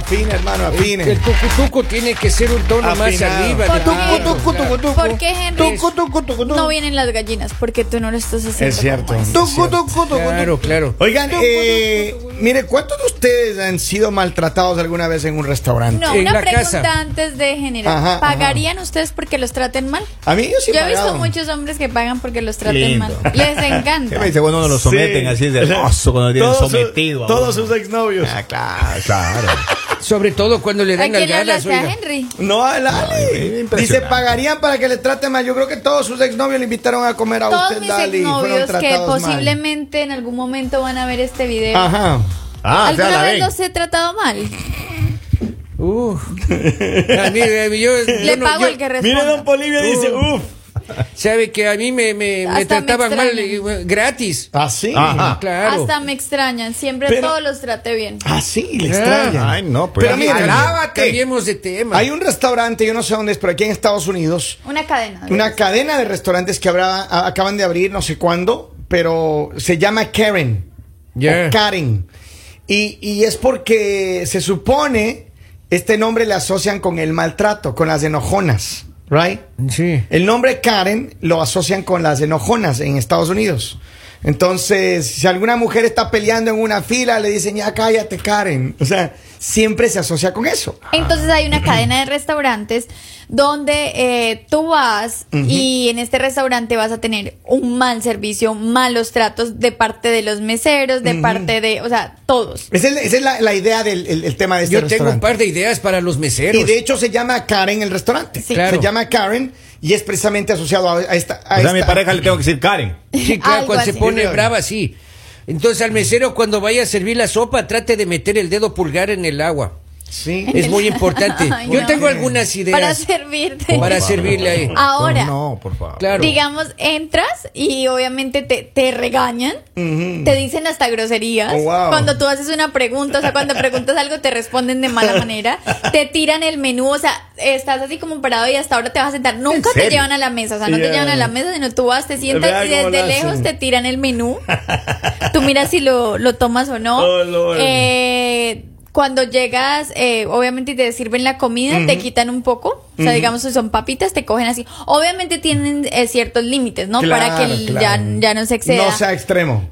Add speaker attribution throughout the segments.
Speaker 1: afina, hermano, afine.
Speaker 2: El tucutuco tiene que ser un tono más
Speaker 1: Afinado.
Speaker 2: arriba.
Speaker 3: ¿Por qué, Henry? No vienen las gallinas, porque tú no lo estás haciendo.
Speaker 1: Es cierto.
Speaker 3: como es.
Speaker 2: Claro.
Speaker 1: Oigan, mire, ¿cuántos de ustedes han sido maltratados alguna vez en un restaurante?
Speaker 3: No,
Speaker 2: En
Speaker 3: una
Speaker 2: la
Speaker 3: pregunta
Speaker 2: casa.
Speaker 3: antes de generar.
Speaker 1: Ajá,
Speaker 3: ¿Pagarían ustedes porque los traten mal?
Speaker 1: A mí yo sí he
Speaker 3: Yo he visto
Speaker 1: pagado.
Speaker 3: muchos hombres que pagan porque los traten
Speaker 4: Lindo.
Speaker 3: mal. Les encanta.
Speaker 4: Dice, bueno, no lo someten
Speaker 1: Sí.
Speaker 4: así de hermoso cuando tienen
Speaker 1: Todos
Speaker 4: sometido. a
Speaker 1: todos
Speaker 4: uno.
Speaker 1: sus exnovios.
Speaker 4: Ah, claro.
Speaker 2: Sobre todo cuando le
Speaker 3: ¿A
Speaker 2: dan
Speaker 3: quién le
Speaker 2: nalgadas,
Speaker 3: hablaste? ¿A
Speaker 2: oiga.
Speaker 3: Henry?
Speaker 1: No, a Lali.
Speaker 4: impresionante.
Speaker 1: Dice, pagarían para que le traten mal. Yo creo que todos sus exnovios le invitaron a comer a
Speaker 3: Todos
Speaker 1: usted,
Speaker 3: mis
Speaker 1: Lali. y fueron
Speaker 3: exnovios que
Speaker 1: tratados mal.
Speaker 3: posiblemente en algún momento van a ver este video.
Speaker 1: Ajá.
Speaker 3: ¿Alguna
Speaker 4: la
Speaker 3: vez
Speaker 4: ven.
Speaker 3: los he tratado mal?
Speaker 2: Mire, yo
Speaker 3: Le
Speaker 2: no-
Speaker 3: pago
Speaker 2: yo-
Speaker 3: el que
Speaker 1: Mire,
Speaker 3: responda.
Speaker 1: don Polivio dice, uff.
Speaker 2: Sabe que a mí me
Speaker 3: Hasta me
Speaker 2: trataban mal
Speaker 3: extraña.
Speaker 2: Gratis.
Speaker 1: Así.
Speaker 4: Ajá.
Speaker 2: Claro.
Speaker 3: Hasta me extrañan. Siempre
Speaker 1: Pero-
Speaker 3: todos los traté bien.
Speaker 1: Así, le
Speaker 2: Ah.
Speaker 1: extraña.
Speaker 4: Ay, no, pues.
Speaker 1: Pero mira,
Speaker 2: Cambiemos de tema.
Speaker 1: hay un restaurante, yo no sé dónde es, pero aquí en Estados Unidos,
Speaker 3: Una cadena.
Speaker 1: una cadena de restaurantes que acaban de abrir, no sé cuándo, pero se llama Karen.
Speaker 2: Ya.
Speaker 1: O Karen. Y es porque se supone este nombre le asocian con el maltrato, con las enojonas, right?
Speaker 2: Sí.
Speaker 1: El nombre Karen lo asocian con las enojonas en Estados Unidos. Entonces, si alguna mujer está peleando en una fila, le dicen, ya cállate, Karen. O sea, siempre se asocia con eso.
Speaker 3: Entonces hay una cadena de restaurantes donde tú vas y en este restaurante vas a tener un mal servicio, malos tratos de parte de los meseros, de parte de, o sea, todos.
Speaker 1: Esa es la idea del el tema de este
Speaker 2: Yo tengo un
Speaker 1: restaurante.
Speaker 2: par de ideas para los meseros.
Speaker 1: Y de hecho se llama Karen el restaurante.
Speaker 3: Sí.
Speaker 2: Claro.
Speaker 1: Se llama Karen y es precisamente asociado a esta.
Speaker 4: O sea, a mi pareja le tengo que decir Karen.
Speaker 2: Sí, claro,
Speaker 3: Algo
Speaker 2: cuando se
Speaker 3: así.
Speaker 2: pone brava, sí. Entonces al mesero cuando vaya a servir la sopa, trate de meter el dedo pulgar en el agua.
Speaker 1: Sí.
Speaker 2: Es muy importante.
Speaker 3: Ay,
Speaker 2: Yo
Speaker 3: no.
Speaker 2: tengo algunas
Speaker 3: Para
Speaker 2: ideas
Speaker 3: servirte.
Speaker 2: para servirle ahí.
Speaker 3: Ahora,
Speaker 4: No, por favor.
Speaker 2: Claro.
Speaker 3: digamos, entras y obviamente te regañan, te dicen hasta groserías.
Speaker 1: Oh, wow.
Speaker 3: Cuando tú haces una pregunta, o sea, cuando preguntas algo te responden de mala manera, te tiran el menú, o sea, estás así como parado y hasta ahora te vas a sentar. Nunca te
Speaker 4: serio?
Speaker 3: llevan a la mesa, o sea, no te
Speaker 1: Yeah.
Speaker 3: llevan a la mesa, sino tú vas, te sientas
Speaker 1: Vea
Speaker 3: y
Speaker 1: cómo
Speaker 3: desde
Speaker 1: lo
Speaker 3: lejos
Speaker 1: hacen.
Speaker 3: te tiran el menú. Tú miras si lo tomas o no.
Speaker 1: Oh, Lord.
Speaker 3: Cuando llegas, obviamente te sirven la comida, te quitan un poco. O sea, digamos, si son papitas, te cogen así. Obviamente tienen ciertos límites, ¿no? Para que ya no se exceda.
Speaker 1: No sea extremo.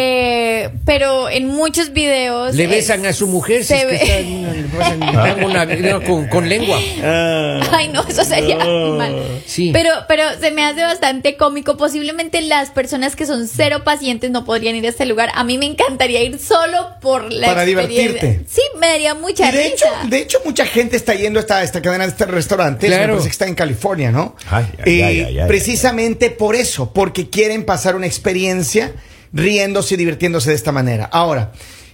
Speaker 3: Pero en muchos videos.
Speaker 2: Le besan a su mujer si
Speaker 3: se
Speaker 2: es que
Speaker 3: ve-
Speaker 2: con lengua.
Speaker 3: Ay, no, eso sería muy mal.
Speaker 2: Sí.
Speaker 3: Pero se me hace bastante cómico. Posiblemente las personas que son cero pacientes no podrían ir a este lugar. A mí me encantaría ir solo por la
Speaker 1: Para
Speaker 3: experiencia.
Speaker 1: divertirte.
Speaker 3: Sí, me daría mucha
Speaker 1: Y de hecho,
Speaker 3: risa.
Speaker 1: mucha gente está yendo a esta cadena de este restaurante.
Speaker 2: Claro.
Speaker 1: Me parece que está en California, ¿no?
Speaker 4: Ay,
Speaker 1: Precisamente por eso, porque quieren pasar una experiencia riéndose y divirtiéndose de esta manera. Ahora,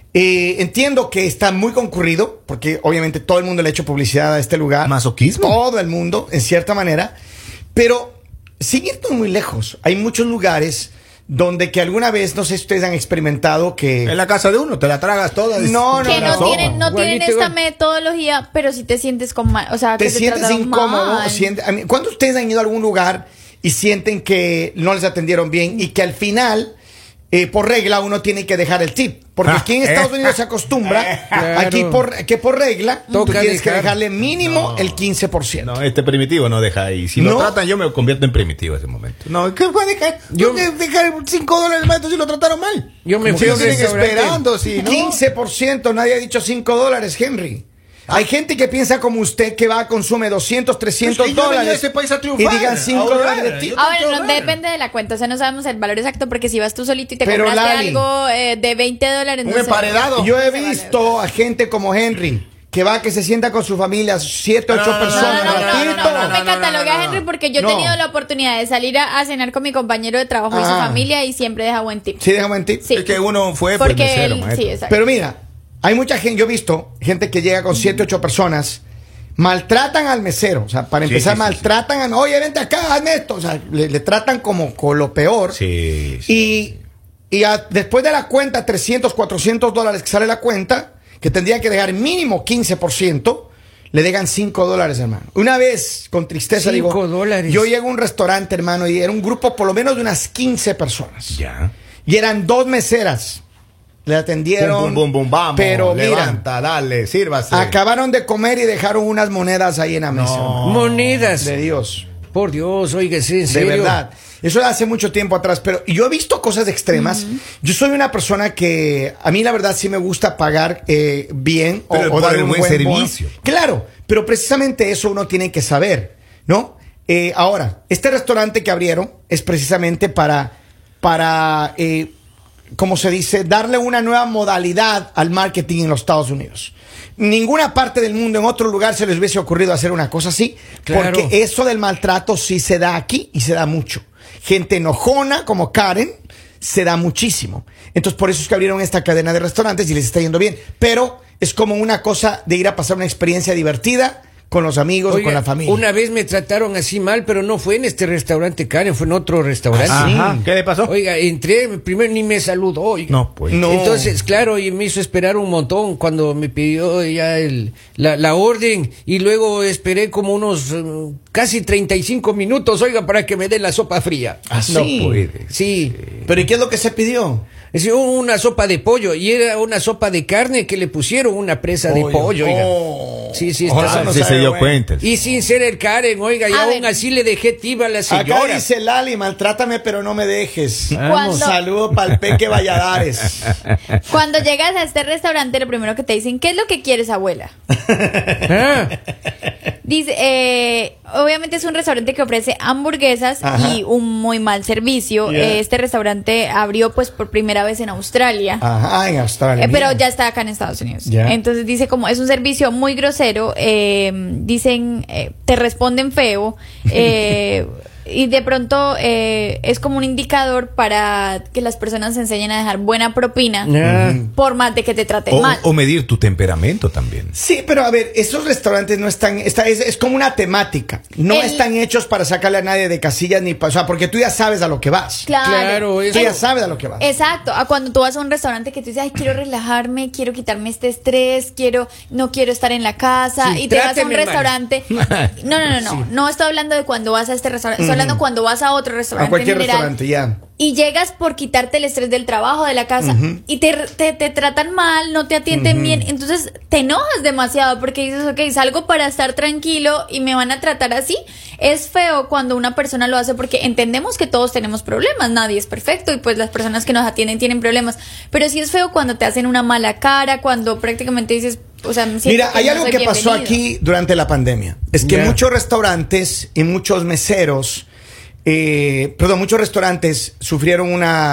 Speaker 1: entiendo que está muy concurrido, porque obviamente todo el mundo le ha hecho publicidad a este lugar.
Speaker 4: ¿Masoquismo?
Speaker 1: Todo el mundo, en cierta manera. Pero, sin irnos muy lejos, hay muchos lugares donde que alguna vez, no sé si ustedes han experimentado que...
Speaker 4: En la casa de uno, te la tragas toda.
Speaker 1: No,
Speaker 3: Que
Speaker 1: no,
Speaker 3: no tienen
Speaker 2: Igualito,
Speaker 3: esta
Speaker 2: igual.
Speaker 3: metodología, pero si te sientes con mal, o sea,
Speaker 1: te
Speaker 3: que
Speaker 1: sientes
Speaker 3: trataron
Speaker 1: incómodo.
Speaker 3: mal.
Speaker 1: ¿Cuándo ustedes han ido a algún lugar y sienten que no les atendieron bien y que al final, por regla, uno tiene que dejar el tip? Porque aquí en Estados Unidos se acostumbra,
Speaker 2: Claro.
Speaker 1: aquí por regla, tú
Speaker 2: Toca
Speaker 1: tienes que
Speaker 2: dejar.
Speaker 1: dejarle mínimo el 15%.
Speaker 4: No, este primitivo no deja ahí. Si
Speaker 1: No.
Speaker 4: lo tratan, yo me convierto en primitivo en ese momento. No, ¿qué fue a dejar?
Speaker 2: Yo-
Speaker 4: Yo dejar $5 más si lo trataron mal.
Speaker 2: Yo me
Speaker 4: Como
Speaker 2: fui
Speaker 4: que
Speaker 2: a un
Speaker 4: siguen
Speaker 2: restaurante.
Speaker 4: esperando, sí, ¿no?
Speaker 1: 15%, nadie ha dicho $5, Henry. Hay gente que piensa como usted que va, consume 200, 300
Speaker 4: Es que yo venía a
Speaker 1: dólares
Speaker 4: ese país a
Speaker 1: y
Speaker 4: triunfar,
Speaker 1: digan
Speaker 4: a
Speaker 1: $5
Speaker 4: ahorrar,
Speaker 1: de tip.
Speaker 4: yo-
Speaker 3: Ahora, no
Speaker 4: Todo
Speaker 3: depende de la cuenta, o sea, no sabemos el valor exacto, porque si vas tú solito y te
Speaker 1: Pero,
Speaker 3: compraste
Speaker 1: Lali,
Speaker 3: algo de $20,
Speaker 4: un
Speaker 3: no sé.
Speaker 4: emparedado.
Speaker 1: Yo he visto a gente como Henry que va, que se sienta con su familia, 7, 8
Speaker 4: No, no, no,
Speaker 1: personas.
Speaker 3: No, no, no,
Speaker 1: ratito.
Speaker 3: no, no, no me catalogue a Henry, porque yo he
Speaker 1: No.
Speaker 3: tenido la oportunidad de salir a cenar con mi compañero de trabajo y su
Speaker 1: Ah.
Speaker 3: familia y siempre deja buen tip.
Speaker 1: Sí, déjame mentir.
Speaker 3: Sí.
Speaker 4: Es que uno fue pues,
Speaker 3: Porque
Speaker 4: mesero,
Speaker 3: él,
Speaker 4: maestro.
Speaker 3: sí, exacto.
Speaker 1: Pero mira, hay mucha gente, yo he visto gente que llega con 7, 8 personas, maltratan al mesero. O sea, para
Speaker 4: Sí,
Speaker 1: empezar,
Speaker 4: sí, sí,
Speaker 1: maltratan a, oye, vente acá, hazme esto. O sea, le tratan como con lo peor.
Speaker 4: Sí, sí.
Speaker 1: Después de la cuenta, $300, $400 que sale la cuenta, que tendrían que dejar mínimo 15%, le dejan $5, hermano. Una vez, con tristeza, digo,
Speaker 2: $5.
Speaker 1: yo llego a un restaurante, hermano, y era un grupo por lo menos de unas 15 personas.
Speaker 4: Ya.
Speaker 1: Y eran 2 meseras le atendieron.
Speaker 4: Bum, bum, bum, vamos.
Speaker 1: Pero
Speaker 4: levanta, dale, sírvase.
Speaker 1: acabaron de comer y dejaron unas monedas ahí en la mesa.
Speaker 4: No.
Speaker 2: Monedas.
Speaker 1: De Dios.
Speaker 2: Por Dios, oiga, sí, en
Speaker 1: De
Speaker 2: serio.
Speaker 1: verdad. Eso hace mucho tiempo atrás, pero yo he visto cosas extremas. Yo soy una persona que a mí la verdad sí me gusta pagar bien
Speaker 4: Pero por
Speaker 1: dar
Speaker 4: el
Speaker 1: un
Speaker 4: buen servicio.
Speaker 1: bono. Claro, pero precisamente eso uno tiene que saber, ¿no? Ahora, este restaurante que abrieron es precisamente para como se dice, darle una nueva modalidad al marketing en los Estados Unidos. Ninguna parte del mundo, en otro lugar, se les hubiese ocurrido hacer una cosa así,
Speaker 2: Claro.
Speaker 1: porque eso del maltrato sí se da aquí y se da mucho. Gente enojona como Karen se da muchísimo. Entonces, por eso es que abrieron esta cadena de restaurantes y les está yendo bien. Pero es como una cosa de ir a pasar una experiencia divertida con los amigos o
Speaker 2: Oiga,
Speaker 1: con la familia.
Speaker 2: una vez me trataron así mal, pero no fue en este restaurante, Karen, fue en otro restaurante.
Speaker 4: Ajá, ¿qué le pasó?
Speaker 2: Oiga, entré, primero ni me saludó. Oiga.
Speaker 4: No, pues.
Speaker 1: No.
Speaker 2: Entonces, claro, y me hizo esperar un montón cuando me pidió ya la orden y luego esperé como unos casi 35 minutos, oiga, para que me den la sopa fría.
Speaker 1: Así.
Speaker 4: No puede.
Speaker 2: Sí,
Speaker 1: ¿Pero y qué es lo que se pidió?
Speaker 2: es una sopa de pollo y era una sopa de carne que le pusieron una presa de pollo, oiga.
Speaker 1: Oh.
Speaker 2: Sí, sí,
Speaker 1: Ahora
Speaker 2: está.
Speaker 1: no
Speaker 4: Sí
Speaker 1: sabe
Speaker 4: se dio
Speaker 1: bueno.
Speaker 4: cuenta.
Speaker 2: Y sin ser el Karen, oiga, y
Speaker 3: A
Speaker 2: aún
Speaker 3: ver.
Speaker 2: así le dejé tiba a la
Speaker 1: Acá
Speaker 2: señora.
Speaker 1: dice Lali, maltrátame pero no me dejes.
Speaker 3: Cuando-
Speaker 1: Saludo para el Peque Valladares.
Speaker 3: Cuando llegas a este restaurante, lo primero que te dicen, ¿qué es lo que quieres, abuela?
Speaker 2: Ah,
Speaker 3: Dice, obviamente es un restaurante que ofrece hamburguesas
Speaker 1: Ajá.
Speaker 3: y un muy mal servicio.
Speaker 1: Yeah.
Speaker 3: Este restaurante abrió pues por primera vez en Australia.
Speaker 1: Ajá, en Australia.
Speaker 3: Pero
Speaker 1: mira.
Speaker 3: ya está acá en Estados Unidos.
Speaker 1: Ya.
Speaker 3: Entonces dice como es un servicio muy grosero, dicen, te responden feo, y de pronto es como un indicador para que las personas se enseñen a dejar buena propina,
Speaker 2: ah.
Speaker 3: por más de que te traten
Speaker 4: O,
Speaker 3: mal.
Speaker 4: o medir tu temperamento también.
Speaker 1: Sí, pero a ver, esos restaurantes no están, es como una temática. No
Speaker 3: El-
Speaker 1: están hechos para sacarle a nadie de casillas ni o sea, porque tú ya sabes a lo que vas.
Speaker 2: Claro,
Speaker 1: Tú
Speaker 2: eso.
Speaker 1: ya sabes a lo que vas.
Speaker 3: Exacto, a cuando tú vas a un restaurante que tú dices, ay, quiero relajarme, quiero quitarme este estrés, no quiero estar en la casa,
Speaker 2: Sí,
Speaker 3: y te vas a un
Speaker 2: tráteme mal.
Speaker 3: restaurante. No estoy hablando de cuando vas a este restaurante, estoy hablando cuando vas a otro restaurante
Speaker 1: A cualquier
Speaker 3: en general.
Speaker 1: restaurante, ya.
Speaker 3: Y llegas por quitarte el estrés del trabajo, de la casa, y te tratan mal, no te atienden bien, entonces te enojas demasiado porque dices, ok, salgo para estar tranquilo y me van a tratar así. Es feo cuando una persona lo hace porque entendemos que todos tenemos problemas, nadie es perfecto y pues las personas que nos atienden tienen problemas, pero sí es feo cuando te hacen una mala cara, cuando prácticamente dices, o sea, siento
Speaker 1: Mira, hay
Speaker 3: no
Speaker 1: algo
Speaker 3: soy
Speaker 1: que pasó
Speaker 3: bienvenido.
Speaker 1: aquí durante la pandemia. Es que
Speaker 2: Ya.
Speaker 1: muchos restaurantes y muchos meseros, muchos restaurantes sufrieron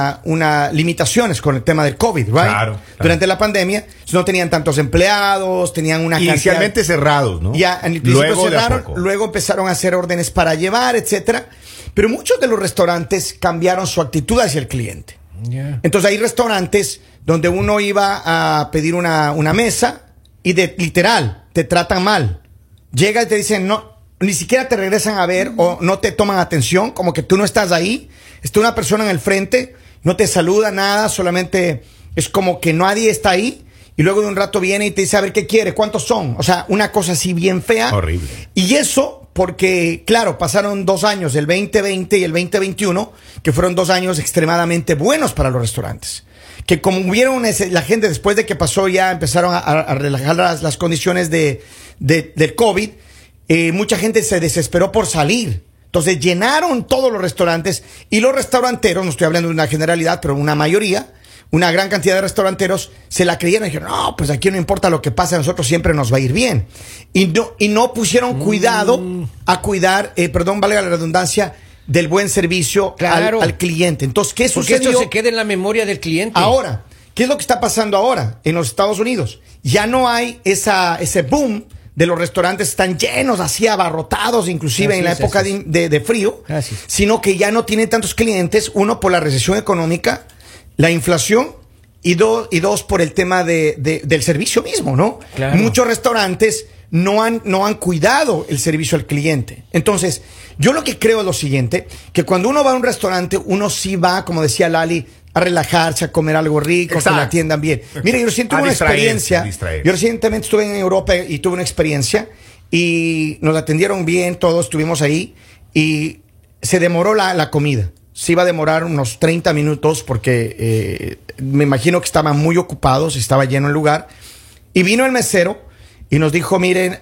Speaker 1: una limitaciones con el tema del COVID, ¿right?
Speaker 4: Claro.
Speaker 1: Durante la pandemia no tenían tantos empleados, tenían una
Speaker 4: Inicialmente cerrados, ¿no?
Speaker 1: Ya, en el principio
Speaker 4: Luego de a
Speaker 1: cerraron,
Speaker 4: poco.
Speaker 1: luego empezaron a hacer órdenes para llevar, etcétera. Pero muchos de los restaurantes cambiaron su actitud hacia el cliente.
Speaker 2: Ya.
Speaker 1: Entonces hay restaurantes donde uno iba a pedir una mesa y literal te tratan mal. Llegas y te dicen no, ni siquiera te regresan a ver o no te toman atención, como que tú no estás ahí. Está una persona en el frente, no te saluda nada, solamente es como que nadie está ahí. Y luego de un rato viene y te dice, a ver, ¿qué quiere? ¿Cuántos son? O sea, una cosa así bien fea.
Speaker 4: Horrible.
Speaker 1: Y eso porque, claro, pasaron 2 años, el 2020 y el 2021, que fueron 2 años extremadamente buenos para los restaurantes. Que como vieron la gente después de que pasó ya, empezaron a relajar las condiciones del COVID, mucha gente se desesperó por salir. Entonces llenaron todos los restaurantes y los restauranteros, no estoy hablando de una generalidad, pero una mayoría, una gran cantidad de restauranteros se la creyeron y dijeron, no, pues aquí no importa lo que pase, a nosotros siempre nos va a ir bien. Y no pusieron cuidado a cuidar, valga la redundancia, del buen servicio
Speaker 2: Claro.
Speaker 1: al cliente. Entonces, ¿qué
Speaker 2: Porque
Speaker 1: sucedió?
Speaker 2: esto se queda en la memoria del cliente.
Speaker 1: Ahora, ¿qué es lo que está pasando ahora en los Estados Unidos? Ya no hay ese boom de los restaurantes están llenos, así abarrotados, inclusive
Speaker 2: Así
Speaker 1: en la
Speaker 2: es,
Speaker 1: época
Speaker 2: así
Speaker 1: de frío,
Speaker 2: Así es.
Speaker 1: sino que ya no tienen tantos clientes, uno por la recesión económica, la inflación y dos por el tema del servicio mismo, ¿no?
Speaker 2: Claro.
Speaker 1: Muchos restaurantes no han cuidado el servicio al cliente. Entonces, yo lo que creo es lo siguiente, que cuando uno va a un restaurante, uno sí va, como decía Lali, a relajarse, a comer algo rico,
Speaker 4: Exacto.
Speaker 1: que le atiendan bien. Mira, yo recién tuve
Speaker 4: A
Speaker 1: una
Speaker 4: distraerse,
Speaker 1: experiencia.
Speaker 4: a distraerse.
Speaker 1: Yo recientemente estuve en Europa y tuve una experiencia y nos atendieron bien, todos estuvimos ahí y se demoró la comida. se iba a demorar unos 30 minutos porque me imagino que estaban muy ocupados, estaba lleno el lugar. Y vino el mesero y nos dijo, miren,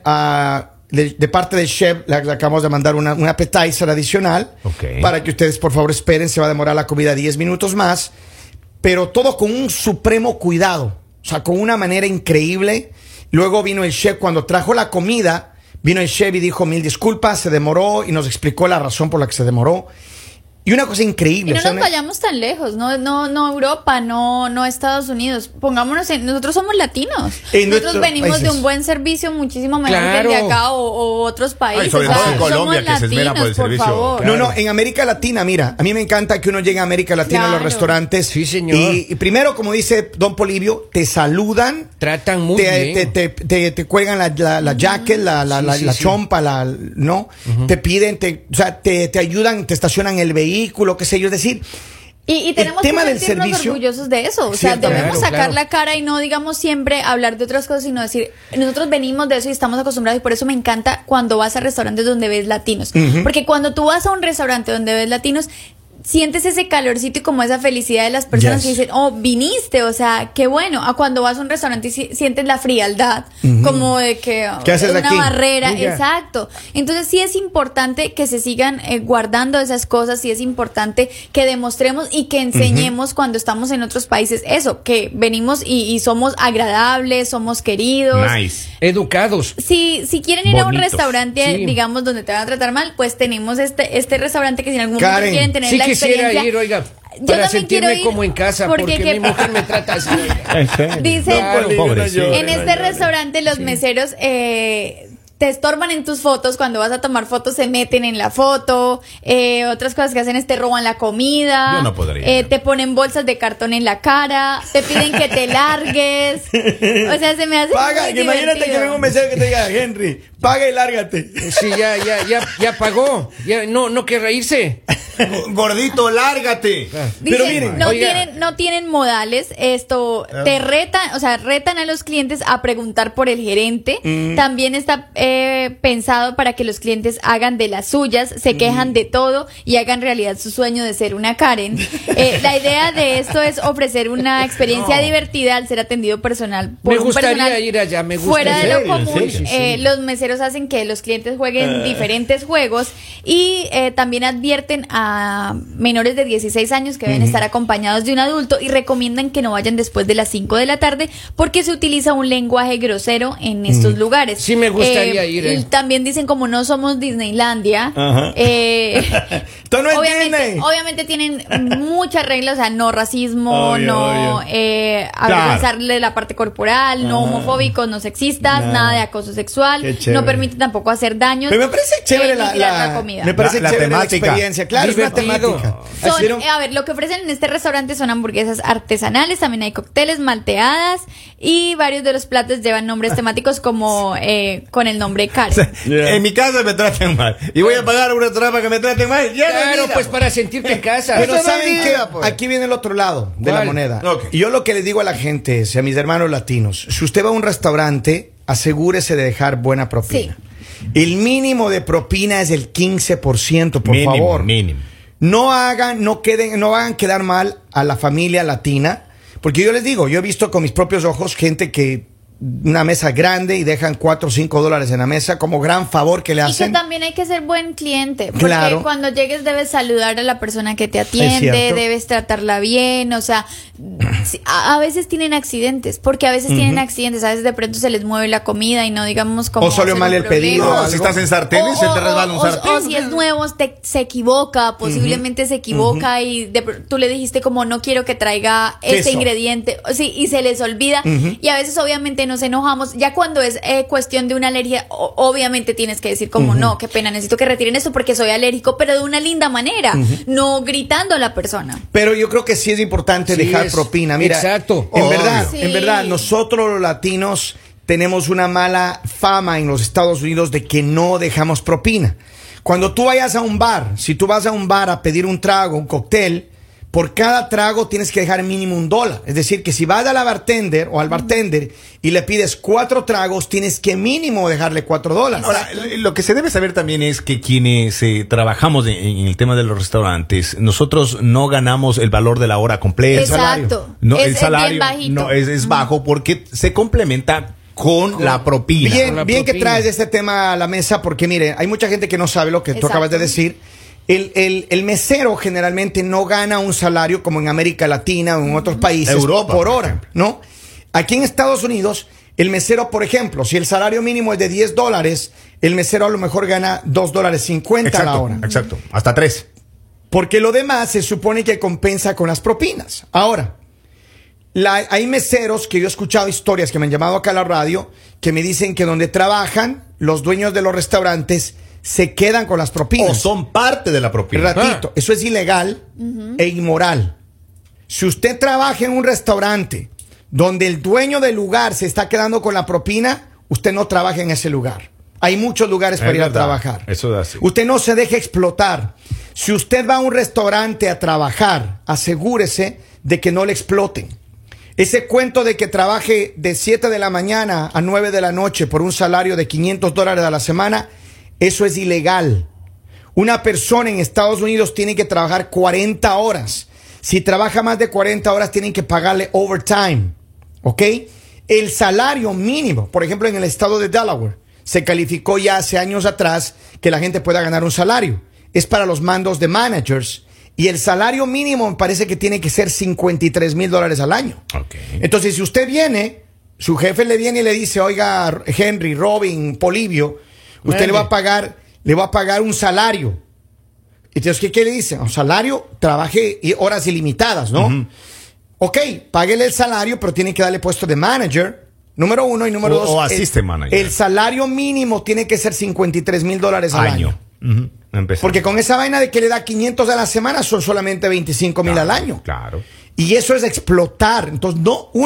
Speaker 1: de parte del chef le acabamos de mandar un appetizer adicional para que ustedes por favor esperen, se va a demorar la comida 10 minutos más, pero todo con un supremo cuidado, o sea, con una manera increíble. Luego vino el chef, cuando trajo la comida, vino el chef y dijo 1000 disculpas, se demoró y nos explicó la razón por la que se demoró. Y una cosa increíble.
Speaker 3: Y no nos vayamos tan lejos, no Europa, no Estados Unidos. Pongámonos nosotros somos latinos. Nosotros venimos de un buen servicio muchísimo mejor que el de acá o otros países.
Speaker 4: Sobre todo en Colombia, que se esmera por el servicio.
Speaker 3: Favor.
Speaker 1: No, en América Latina, mira, a mí me encanta que uno llegue a América Latina a los restaurantes.
Speaker 2: Sí, señor.
Speaker 1: Y primero, como dice Don Polibio, te saludan.
Speaker 2: Tratan muy bien.
Speaker 1: Te cuelgan la jacket, la chompa, ¿no? Te piden, te ayudan, te estacionan el vehículo, qué sé yo, es decir,
Speaker 3: y tenemos que sentirnos orgullosos de eso, o sea, debemos sacar la cara y no digamos siempre hablar de otras cosas, sino decir, nosotros venimos de eso y estamos acostumbrados, y por eso me encanta cuando vas a restaurantes donde ves latinos, porque cuando tú vas a un restaurante donde ves latinos, sientes ese calorcito y como esa felicidad de las personas que dicen, oh, viniste, o sea, qué bueno. A cuando vas a un restaurante y sientes la frialdad, como de que
Speaker 1: ¿qué haces
Speaker 3: una
Speaker 1: aquí?
Speaker 3: barrera, exacto. Entonces sí es importante que se sigan guardando esas cosas, sí es importante que demostremos y que enseñemos cuando estamos en otros países eso, que venimos y somos agradables, somos queridos.
Speaker 4: Nice.
Speaker 2: Educados.
Speaker 3: Si quieren ir a un restaurante, digamos, donde te van a tratar mal, pues tenemos este restaurante que si en algún momento quieren tener la
Speaker 2: quisiera ir, oiga, para sentirme como en casa, porque mi mujer me trata así.
Speaker 3: Dice,
Speaker 4: pobrecito.
Speaker 3: en este restaurante los meseros te estorban en tus fotos, cuando vas a tomar fotos se meten en la foto, otras cosas que hacen es te roban la comida,
Speaker 4: yo no podría,
Speaker 3: te ponen bolsas de cartón en la cara, te piden que te largues, o sea, se me hace muy
Speaker 1: imagínate que venga un mesero que te diga, Henry, paga y lárgate.
Speaker 2: Sí, ya pagó, ya no querrá irse.
Speaker 4: Gordito, lárgate.
Speaker 3: Pero miren, no tienen modales, te retan, o sea, retan a los clientes a preguntar por el gerente. También está pensado para que los clientes hagan de las suyas, se quejan de todo y hagan realidad su sueño de ser una Karen. La idea de esto es ofrecer una experiencia divertida al ser atendido personal por
Speaker 2: me gustaría
Speaker 3: un personal
Speaker 2: ir allá, me gustaría.
Speaker 3: fuera de lo común. Los meseros hacen que los clientes jueguen diferentes juegos y también advierten a menores de 16 años que deben estar acompañados de un adulto y recomiendan que no vayan después de las 5 de la tarde porque se utiliza un lenguaje grosero en estos lugares.
Speaker 2: Sí, me gustaría ir.
Speaker 3: Y también dicen, como no somos Disneylandia, obviamente tienen muchas reglas, o sea, no racismo, avergonzarle la parte corporal, no homofóbicos, no sexistas, nada de acoso sexual, no permiten tampoco hacer daños.
Speaker 1: Pero me parece chévere la
Speaker 3: comida.
Speaker 1: Me parece
Speaker 4: la
Speaker 1: chévere
Speaker 4: temática.
Speaker 1: La experiencia, claro, es una temática.
Speaker 3: A ver, lo que ofrecen en este restaurante son hamburguesas artesanales, también hay cócteles, malteadas y varios de los platos llevan nombres temáticos como con el nombre Karen.
Speaker 4: En mi casa me tratan mal y voy a pagar a un restaurante para que me traten mal.
Speaker 2: Claro, pues para sentirte en casa.
Speaker 1: Pero ¿saben qué? Aquí viene el otro lado de la moneda. Y yo lo que les digo a la gente, a mis hermanos latinos, si usted va a un restaurante, asegúrese de dejar buena propina. Sí. El mínimo de propina es el 15%, por favor.
Speaker 4: Mínimo.
Speaker 1: No hagan quedar mal a la familia latina, porque yo les digo, yo he visto con mis propios ojos gente que una mesa grande y dejan $4 o $5 en la mesa como gran favor que le hacen.
Speaker 3: Y que también hay que ser buen cliente, porque cuando llegues debes saludar a la persona que te atiende, debes tratarla bien, o sea, a veces tienen accidentes, porque a veces tienen accidentes, a veces de pronto se les mueve la comida y no digamos como
Speaker 1: o salió mal el pedido,
Speaker 4: o si estás en sartenes se te resbala un sartén.
Speaker 3: O si es nuevo, se equivoca, posiblemente se equivoca y tú le dijiste como no quiero que traiga este ingrediente, y se les olvida, y a veces obviamente nos enojamos, ya cuando es cuestión de una alergia, obviamente tienes que decir como no, qué pena, necesito que retiren esto porque soy alérgico, pero de una linda manera, no gritando a la persona.
Speaker 1: Pero yo creo que sí es importante dejar propina. Mira,
Speaker 2: exacto.
Speaker 1: En verdad, nosotros los latinos tenemos una mala fama en los Estados Unidos de que no dejamos propina. Cuando tú vayas a un bar, si tú vas a un bar a pedir un trago, un cóctel, por cada trago tienes que dejar mínimo $1. Es decir, que si vas a la bartender o al bartender y le pides 4 tragos, tienes que mínimo dejarle $4.
Speaker 5: Ahora, lo que se debe saber también es que quienes trabajamos en el tema de los restaurantes, nosotros no ganamos el valor de la hora completa.
Speaker 3: Exacto.
Speaker 5: No,
Speaker 3: Es
Speaker 5: el salario
Speaker 3: bien bajito.
Speaker 5: no es bajo porque se complementa con la propina.
Speaker 1: Bien que traes este tema a la mesa, porque mire, hay mucha gente que no sabe lo que tú
Speaker 3: Exacto.
Speaker 1: acabas de decir. El mesero generalmente no gana un salario como en América Latina o en otros países
Speaker 5: Europa,
Speaker 1: por
Speaker 5: por
Speaker 1: hora,
Speaker 5: ejemplo.
Speaker 1: ¿no? Aquí en Estados Unidos, el mesero, por ejemplo, si el salario mínimo es de $10, el mesero a lo mejor gana $2.50 a la hora.
Speaker 5: Exacto, hasta 3.
Speaker 1: Porque lo demás se supone que compensa con las propinas. Ahora, hay meseros que yo he escuchado historias que me han llamado acá a la radio que me dicen que donde trabajan, los dueños de los restaurantes se quedan con las propinas.
Speaker 5: O son parte de la propina.
Speaker 1: Ratito, eso es ilegal e inmoral. Si usted trabaja en un restaurante donde el dueño del lugar se está quedando con la propina, usted no trabaja en ese lugar. Hay muchos lugares para ir a trabajar.
Speaker 5: Eso es así.
Speaker 1: Usted no se deje explotar. Si usted va a un restaurante a trabajar, asegúrese de que no le exploten. Ese cuento de que trabaje de 7 de la mañana a 9 de la noche por un salario de $500 a la semana, eso es ilegal. Una persona en Estados Unidos tiene que trabajar 40 horas. Si trabaja más de 40 horas, tienen que pagarle overtime. ¿Ok? El salario mínimo, por ejemplo, en el estado de Delaware, se calificó ya hace años atrás que la gente pueda ganar un salario. Es para los mandos de managers. Y el salario mínimo me parece que tiene que ser $53,000 al año.
Speaker 5: Okay.
Speaker 1: Entonces, si usted viene, su jefe le viene y le dice, oiga, Henry, Robin, Polibio, usted le va a pagar un salario. Entonces, ¿qué le dice? Un salario, trabaje horas ilimitadas, ¿no? Ok, páguele el salario, pero tiene que darle puesto de manager, número 1, y número 2.
Speaker 5: O assistant manager.
Speaker 1: El salario mínimo tiene que ser $53,000 al año. Porque con esa vaina de que le da 500 a la semana son solamente 25,000 al año.
Speaker 5: Claro.
Speaker 1: Y eso es explotar. Entonces,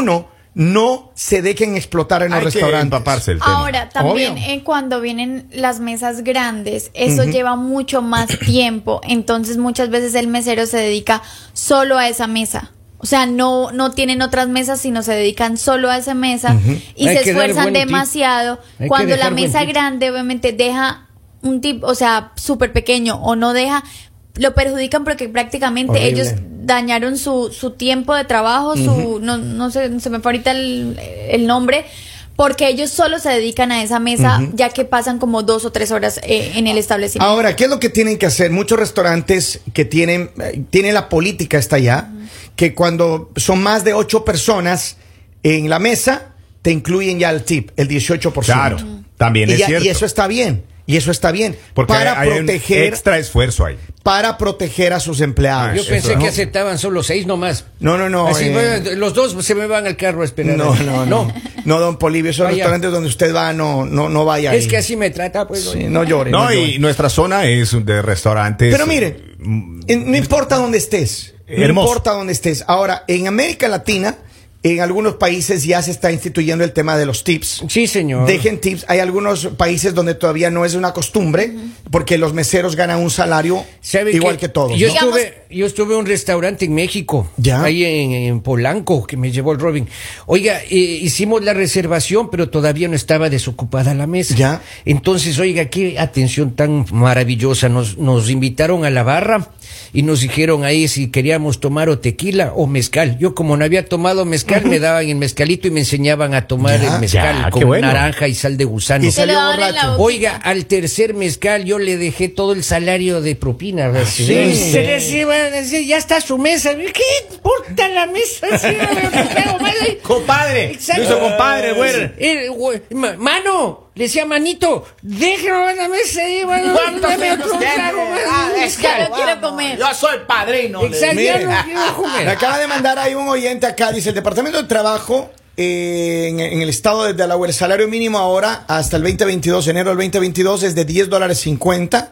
Speaker 1: no se dejen explotar en los restaurantes.
Speaker 5: Empaparse el tema.
Speaker 3: Ahora, también
Speaker 1: Obvio.
Speaker 3: cuando vienen las mesas grandes, eso lleva mucho más tiempo. Entonces, muchas veces el mesero se dedica solo a esa mesa. O sea, no tienen otras mesas, sino se dedican solo a esa mesa y
Speaker 2: Hay
Speaker 3: se
Speaker 2: que dar
Speaker 3: esfuerzan
Speaker 2: buen tip.
Speaker 3: demasiado.
Speaker 2: Hay que
Speaker 3: Cuando la
Speaker 2: dejar buen
Speaker 3: mesa
Speaker 2: tip.
Speaker 3: grande, obviamente, deja un tip, o sea, súper pequeño o no deja, lo perjudican porque prácticamente
Speaker 1: Horrible.
Speaker 3: ellos dañaron su tiempo de trabajo, no sé, se me fue ahorita el nombre, porque ellos solo se dedican a esa mesa, ya que pasan como 2 o 3 horas en el establecimiento.
Speaker 1: Ahora, ¿qué es lo que tienen que hacer? Muchos restaurantes que tienen la política hasta allá, que cuando son más de 8 personas en la mesa, te incluyen ya el tip, el 18%.
Speaker 5: Claro, también es cierto.
Speaker 1: Y eso está bien. Y eso está bien.
Speaker 5: Porque
Speaker 1: para
Speaker 5: hay un
Speaker 1: proteger,
Speaker 5: extra esfuerzo ahí.
Speaker 1: para proteger a sus empleados.
Speaker 2: Yo pensé
Speaker 1: ¿no?
Speaker 2: que aceptaban solo 6 nomás.
Speaker 1: No.
Speaker 2: Así, bueno, los dos se me van al carro a esperar.
Speaker 1: No, don Polibio, esos
Speaker 2: Vaya.
Speaker 1: restaurantes donde usted va, no vaya ahí.
Speaker 2: Es que así me trata, pues.
Speaker 1: Sí, no llore.
Speaker 5: No,
Speaker 1: llore.
Speaker 5: y nuestra zona es de restaurantes.
Speaker 1: Pero mire, no importa dónde estés. No
Speaker 5: Hermoso.
Speaker 1: importa dónde estés. Ahora, en América Latina, en algunos países ya se está instituyendo el tema de los tips.
Speaker 2: Sí, señor.
Speaker 1: Dejen tips. Hay algunos países donde todavía no es una costumbre, porque los meseros ganan un salario
Speaker 2: ¿Sabe
Speaker 1: igual
Speaker 2: qué?
Speaker 1: que todos.
Speaker 2: Yo,
Speaker 1: ¿no?
Speaker 2: estuve en un restaurante en México,
Speaker 1: ¿Ya?
Speaker 2: ahí en Polanco, que me llevó el Robin. Oiga, hicimos la reservación, pero todavía no estaba desocupada la mesa.
Speaker 1: ¿Ya?
Speaker 2: Entonces, oiga, qué atención tan maravillosa. Nos invitaron a la barra y nos dijeron ahí si queríamos tomar o tequila o mezcal. Yo, como no había tomado mezcal, me daban el mezcalito y me enseñaban a tomar
Speaker 1: Ya,
Speaker 2: el mezcal
Speaker 5: ya, qué
Speaker 2: con
Speaker 5: bueno.
Speaker 2: naranja y sal de gusano.
Speaker 1: Y
Speaker 3: Se lo
Speaker 1: salió
Speaker 3: daban en la
Speaker 1: borracho.
Speaker 3: boquita.
Speaker 2: Oiga, al tercer mezcal yo le dejé todo el salario de propina.
Speaker 1: sí.
Speaker 2: Se decía, ya está su mesa. ¿Qué importa la mesa? Sí, ¿qué hago mal ahí?
Speaker 5: Compadre,
Speaker 2: Exacto.
Speaker 5: lo hizo compadre, güey.
Speaker 2: Mano, le decía manito, déjalo en la mesa ahí, mano. Dame otro trago, mano.
Speaker 3: Ya no quiero comer.
Speaker 4: Yo soy padrino.
Speaker 2: Exacto,
Speaker 1: Mire,
Speaker 2: ya no quiero comer.
Speaker 1: Me acaba de mandar ahí un oyente acá, dice, el Departamento de Trabajo en el estado de Delaware, el salario mínimo ahora hasta el 2022, enero del 2022, es de $10.50.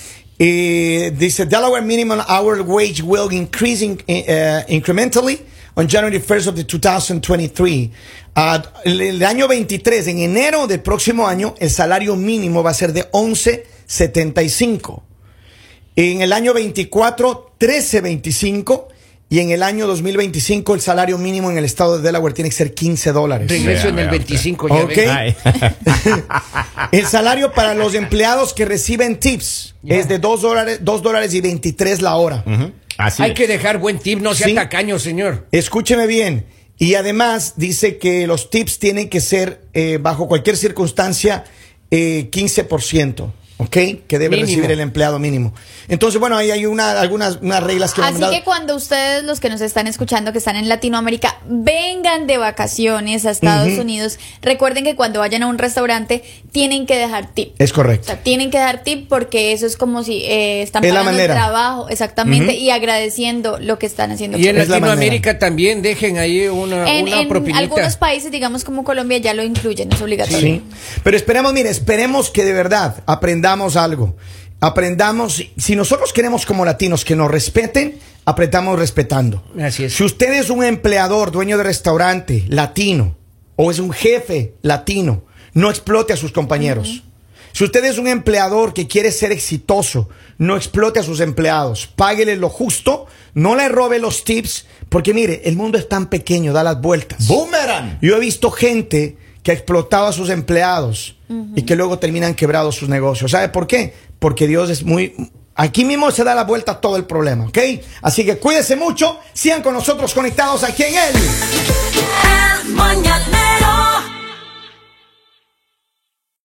Speaker 1: Dice, Delaware minimum hour wage will increase incrementally on January 1st of the 2023. El año 23, en enero del próximo año, el salario mínimo va a ser de $11.75. En el año 24, $13.25. y en el año 2025 el salario mínimo en el estado de Delaware tiene que ser $15.
Speaker 2: Regreso en el
Speaker 5: Vea,
Speaker 2: 25, ya
Speaker 1: Ok.
Speaker 2: ven.
Speaker 5: Ay.
Speaker 1: El salario para los empleados que reciben tips es de $2.23 la hora.
Speaker 5: Ujú. Así
Speaker 2: Hay
Speaker 5: es.
Speaker 2: que dejar buen tip, no sea
Speaker 1: Sí.
Speaker 2: tacaño, señor.
Speaker 1: Escúcheme bien. Y además dice que los tips tienen que ser bajo cualquier circunstancia 15%. ¿Ok? Que debe
Speaker 2: Mínimo.
Speaker 1: recibir el empleado mínimo. Entonces, bueno, ahí hay unas reglas que
Speaker 3: Así que cuando ustedes, los que nos están escuchando, que están en Latinoamérica, vengan de vacaciones a Estados Unidos, recuerden que cuando vayan a un restaurante tienen que dejar tip.
Speaker 1: Es
Speaker 3: O
Speaker 1: correcto.
Speaker 3: sea, tienen que dar tip porque eso es como si están
Speaker 1: Es la
Speaker 3: pagando el
Speaker 1: manera.
Speaker 3: trabajo, exactamente, y agradeciendo lo que están haciendo.
Speaker 2: Y en
Speaker 1: Es la
Speaker 2: Latinoamérica también dejen ahí una
Speaker 3: En
Speaker 2: propinita.
Speaker 3: algunos países, digamos como Colombia, ya lo incluyen, es obligatorio.
Speaker 1: Sí. Pero esperemos que de verdad aprendamos algo. Aprendamos, si nosotros queremos como latinos que nos respeten, aprendamos respetando.
Speaker 2: Así es.
Speaker 1: Si usted es un empleador, dueño de restaurante latino, o es un jefe latino, no explote a sus compañeros. Si usted es un empleador que quiere ser exitoso, no explote a sus empleados. Páguele lo justo, no le robe los tips, porque mire, el mundo es tan pequeño, da las vueltas.
Speaker 5: Boomerang.
Speaker 1: Yo he visto gente que ha explotado a sus empleados y que luego terminan quebrados sus negocios. ¿Sabe por qué? Porque Dios es muy... Aquí mismo se da la vuelta a todo el problema, ¿ok? Así que cuídense mucho, sigan con nosotros conectados aquí en
Speaker 6: El Mañanero